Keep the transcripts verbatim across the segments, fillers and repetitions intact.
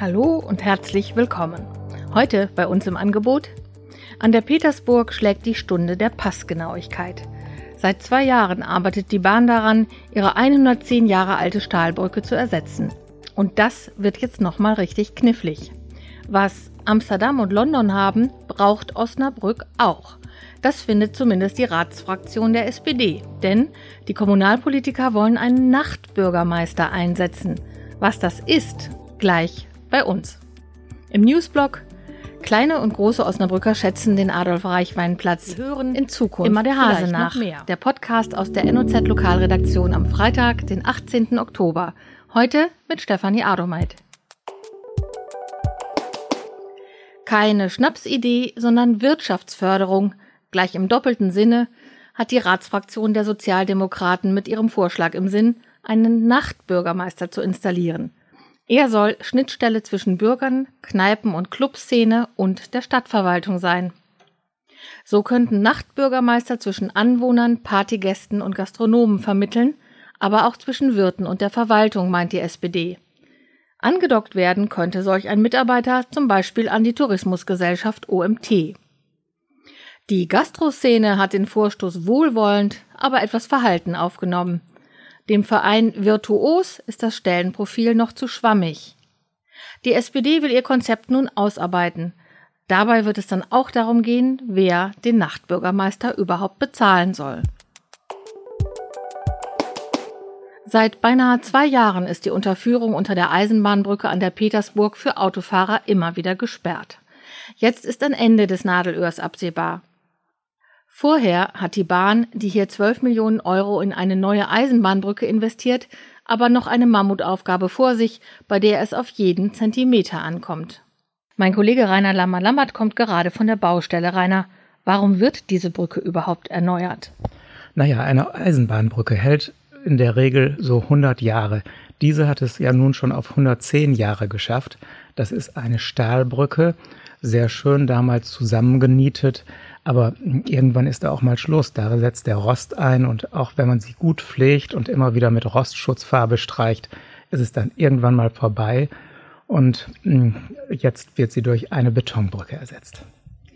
Hallo und herzlich willkommen. Heute bei uns im Angebot: An der Petersburg schlägt die Stunde der Passgenauigkeit. Seit zwei Jahren arbeitet die Bahn daran, ihre hundertzehn Jahre alte Stahlbrücke zu ersetzen. Und das wird jetzt nochmal richtig knifflig. Was Amsterdam und London haben, braucht Osnabrück auch. Das findet zumindest die Ratsfraktion der S P D. Denn die Kommunalpolitiker wollen einen Nachtbürgermeister einsetzen. Was das ist, gleich bei uns. Im Newsblog: Kleine und große Osnabrücker schätzen den Adolf-Reichwein-Platz. Wir hören in Zukunft immer der Hase nach. Der Podcast aus der N O Z-Lokalredaktion am Freitag, den achtzehnten Oktober. Heute mit Stefanie Adomeit. Keine Schnapsidee, sondern Wirtschaftsförderung, gleich im doppelten Sinne, hat die Ratsfraktion der Sozialdemokraten mit ihrem Vorschlag im Sinn, einen Nachtbürgermeister zu installieren. Er soll Schnittstelle zwischen Bürgern, Kneipen- und Clubszene und der Stadtverwaltung sein. So könnten Nachtbürgermeister zwischen Anwohnern, Partygästen und Gastronomen vermitteln, aber auch zwischen Wirten und der Verwaltung, meint die S P D. Angedockt werden könnte solch ein Mitarbeiter zum Beispiel an die Tourismusgesellschaft O M T. Die Gastroszene hat den Vorstoß wohlwollend, aber etwas verhalten aufgenommen. Dem Verein Virtuos ist das Stellenprofil noch zu schwammig. Die S P D will ihr Konzept nun ausarbeiten. Dabei wird es dann auch darum gehen, wer den Nachtbürgermeister überhaupt bezahlen soll. Seit beinahe zwei Jahren ist die Unterführung unter der Eisenbahnbrücke an der Petersburg für Autofahrer immer wieder gesperrt. Jetzt ist ein Ende des Nadelöhrs absehbar. Vorher hat die Bahn, die hier zwölf Millionen Euro in eine neue Eisenbahnbrücke investiert, aber noch eine Mammutaufgabe vor sich, bei der es auf jeden Zentimeter ankommt. Mein Kollege Rainer Lammer-Lammert kommt gerade von der Baustelle. Rainer, warum wird diese Brücke überhaupt erneuert? Naja, eine Eisenbahnbrücke hält in der Regel so hundert Jahre. Diese hat es ja nun schon auf hundertzehn Jahre geschafft. Das ist eine Stahlbrücke, sehr schön damals zusammengenietet. Aber irgendwann ist da auch mal Schluss. Da setzt der Rost ein und auch wenn man sie gut pflegt und immer wieder mit Rostschutzfarbe streicht, ist es dann irgendwann mal vorbei. Und jetzt wird sie durch eine Betonbrücke ersetzt.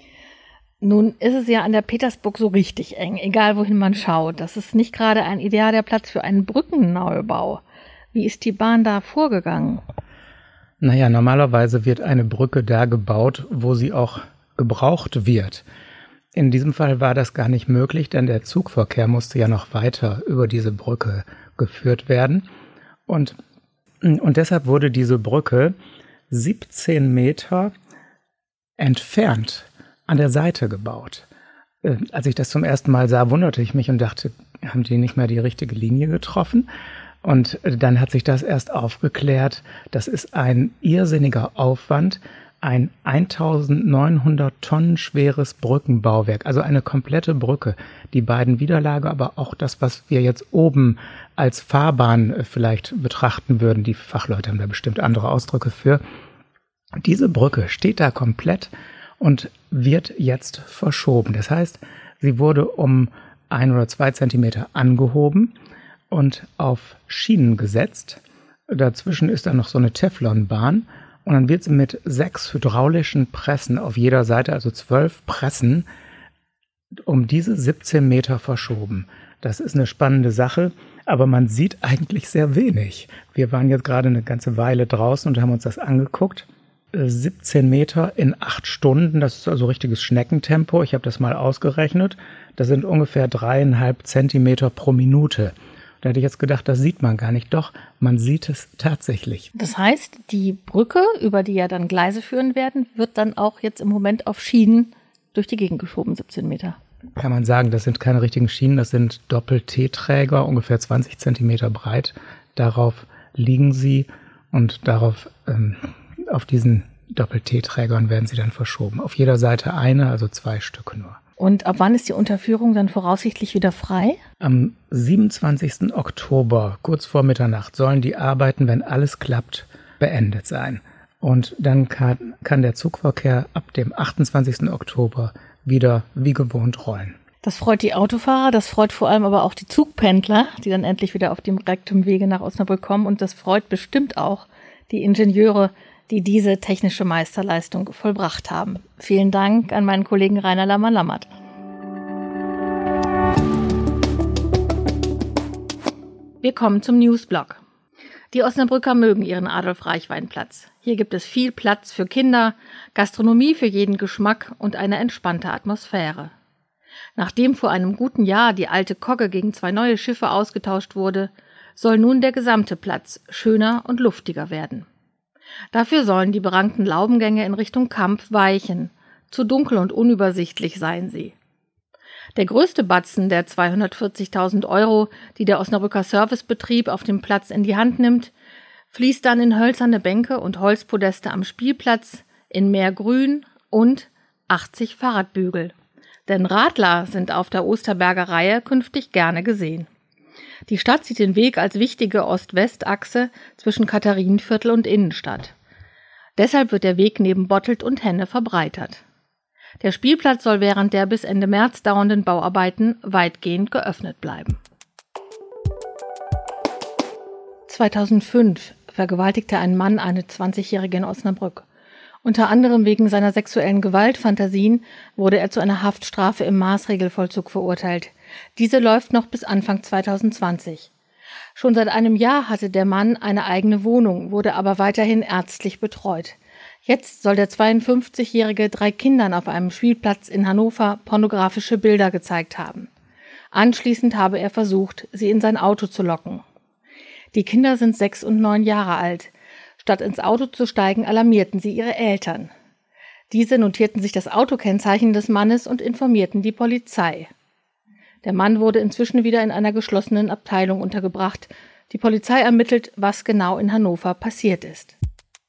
Nun ist es ja an der Petersburg so richtig eng, egal wohin man schaut. Das ist nicht gerade ein idealer Platz für einen Brückenneubau. Wie ist die Bahn da vorgegangen? Naja, normalerweise wird eine Brücke da gebaut, wo sie auch gebraucht wird. In diesem Fall war das gar nicht möglich, denn der Zugverkehr musste ja noch weiter über diese Brücke geführt werden. Und, und deshalb wurde diese Brücke siebzehn Meter entfernt an der Seite gebaut. Äh, als ich das zum ersten Mal sah, wunderte ich mich und dachte, haben die nicht mehr die richtige Linie getroffen? Und dann hat sich das erst aufgeklärt. Das ist ein irrsinniger Aufwand. Ein eintausendneunhundert Tonnen schweres Brückenbauwerk, also eine komplette Brücke. Die beiden Widerlager, aber auch das, was wir jetzt oben als Fahrbahn vielleicht betrachten würden. Die Fachleute haben da bestimmt andere Ausdrücke für. Diese Brücke steht da komplett und wird jetzt verschoben. Das heißt, sie wurde um ein oder zwei Zentimeter angehoben und auf Schienen gesetzt. Dazwischen ist dann noch so eine Teflonbahn. Und dann wird sie mit sechs hydraulischen Pressen auf jeder Seite, also zwölf Pressen, um diese siebzehn Meter verschoben. Das ist eine spannende Sache, aber man sieht eigentlich sehr wenig. Wir waren jetzt gerade eine ganze Weile draußen und haben uns das angeguckt. siebzehn Meter in acht Stunden, das ist also richtiges Schneckentempo. Ich habe das mal ausgerechnet. Das sind ungefähr dreieinhalb Zentimeter pro Minute. Da hätte ich jetzt gedacht, das sieht man gar nicht. Doch, man sieht es tatsächlich. Das heißt, die Brücke, über die ja dann Gleise führen werden, wird dann auch jetzt im Moment auf Schienen durch die Gegend geschoben, siebzehn Meter. Kann man sagen, das sind keine richtigen Schienen, das sind Doppel-T-Träger, ungefähr zwanzig Zentimeter breit. Darauf liegen sie und darauf, ähm, auf diesen Doppel-T-Trägern werden sie dann verschoben. Auf jeder Seite eine, also zwei Stück nur. Und ab wann ist die Unterführung dann voraussichtlich wieder frei? Am siebenundzwanzigsten Oktober, kurz vor Mitternacht, sollen die Arbeiten, wenn alles klappt, beendet sein. Und dann kann, kann der Zugverkehr ab dem achtundzwanzigsten Oktober wieder wie gewohnt rollen. Das freut die Autofahrer, das freut vor allem aber auch die Zugpendler, die dann endlich wieder auf direktem Wege nach Osnabrück kommen. Und das freut bestimmt auch die Ingenieure, die diese technische Meisterleistung vollbracht haben. Vielen Dank an meinen Kollegen Rainer Lammer-Lammert. Wir kommen zum Newsblock. Die Osnabrücker mögen ihren Adolf-Reichwein-Platz. Hier gibt es viel Platz für Kinder, Gastronomie für jeden Geschmack und eine entspannte Atmosphäre. Nachdem vor einem guten Jahr die alte Kogge gegen zwei neue Schiffe ausgetauscht wurde, soll nun der gesamte Platz schöner und luftiger werden. Dafür sollen die berankten Laubengänge in Richtung Kampf weichen. Zu dunkel und unübersichtlich seien sie. Der größte Batzen der zweihundertvierzigtausend Euro, die der Osnabrücker Servicebetrieb auf dem Platz in die Hand nimmt, fließt dann in hölzerne Bänke und Holzpodeste am Spielplatz, in mehr Grün und achtzig Fahrradbügel. Denn Radler sind auf der Osterberger Reihe künftig gerne gesehen. Die Stadt sieht den Weg als wichtige Ost-West-Achse zwischen Katharinenviertel und Innenstadt. Deshalb wird der Weg neben Bottelt und Henne verbreitert. Der Spielplatz soll während der bis Ende März dauernden Bauarbeiten weitgehend geöffnet bleiben. zweitausendfünf vergewaltigte ein Mann eine zwanzigjährige in Osnabrück. Unter anderem wegen seiner sexuellen Gewaltfantasien wurde er zu einer Haftstrafe im Maßregelvollzug verurteilt. Diese läuft noch bis Anfang zweitausendzwanzig. Schon seit einem Jahr hatte der Mann eine eigene Wohnung, wurde aber weiterhin ärztlich betreut. Jetzt soll der zweiundfünfzigjährige drei Kindern auf einem Spielplatz in Hannover pornografische Bilder gezeigt haben. Anschließend habe er versucht, sie in sein Auto zu locken. Die Kinder sind sechs und neun Jahre alt. Statt ins Auto zu steigen, alarmierten sie ihre Eltern. Diese notierten sich das Autokennzeichen des Mannes und informierten die Polizei. Der Mann wurde inzwischen wieder in einer geschlossenen Abteilung untergebracht. Die Polizei ermittelt, was genau in Hannover passiert ist.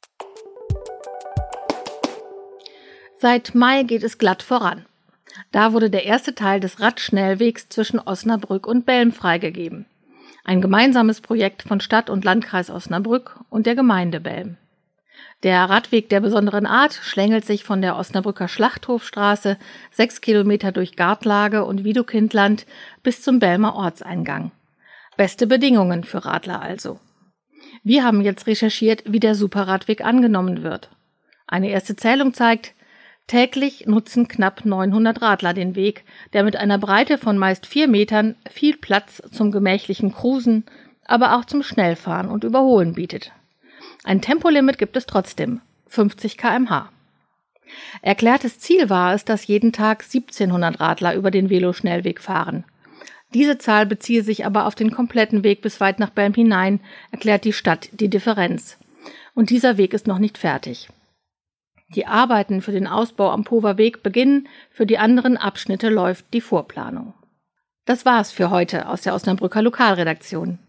Seit Mai geht es glatt voran. Da wurde der erste Teil des Radschnellwegs zwischen Osnabrück und Belm freigegeben. Ein gemeinsames Projekt von Stadt und Landkreis Osnabrück und der Gemeinde Belm. Der Radweg der besonderen Art schlängelt sich von der Osnabrücker Schlachthofstraße sechs Kilometer durch Gartlage und Widukindland bis zum Belmer Ortseingang. Beste Bedingungen für Radler also. Wir haben jetzt recherchiert, wie der Superradweg angenommen wird. Eine erste Zählung zeigt, täglich nutzen knapp neunhundert Radler den Weg, der mit einer Breite von meist vier Metern viel Platz zum gemächlichen Cruisen, aber auch zum Schnellfahren und Überholen bietet. Ein Tempolimit gibt es trotzdem, fünfzig Kilometer pro Stunde. Erklärtes Ziel war es, dass jeden Tag siebzehnhundert Radler über den Veloschnellweg fahren. Diese Zahl beziehe sich aber auf den kompletten Weg bis weit nach Belm hinein, erklärt die Stadt die Differenz. Und dieser Weg ist noch nicht fertig. Die Arbeiten für den Ausbau am Poverweg beginnen, für die anderen Abschnitte läuft die Vorplanung. Das war's für heute aus der Osnabrücker Lokalredaktion.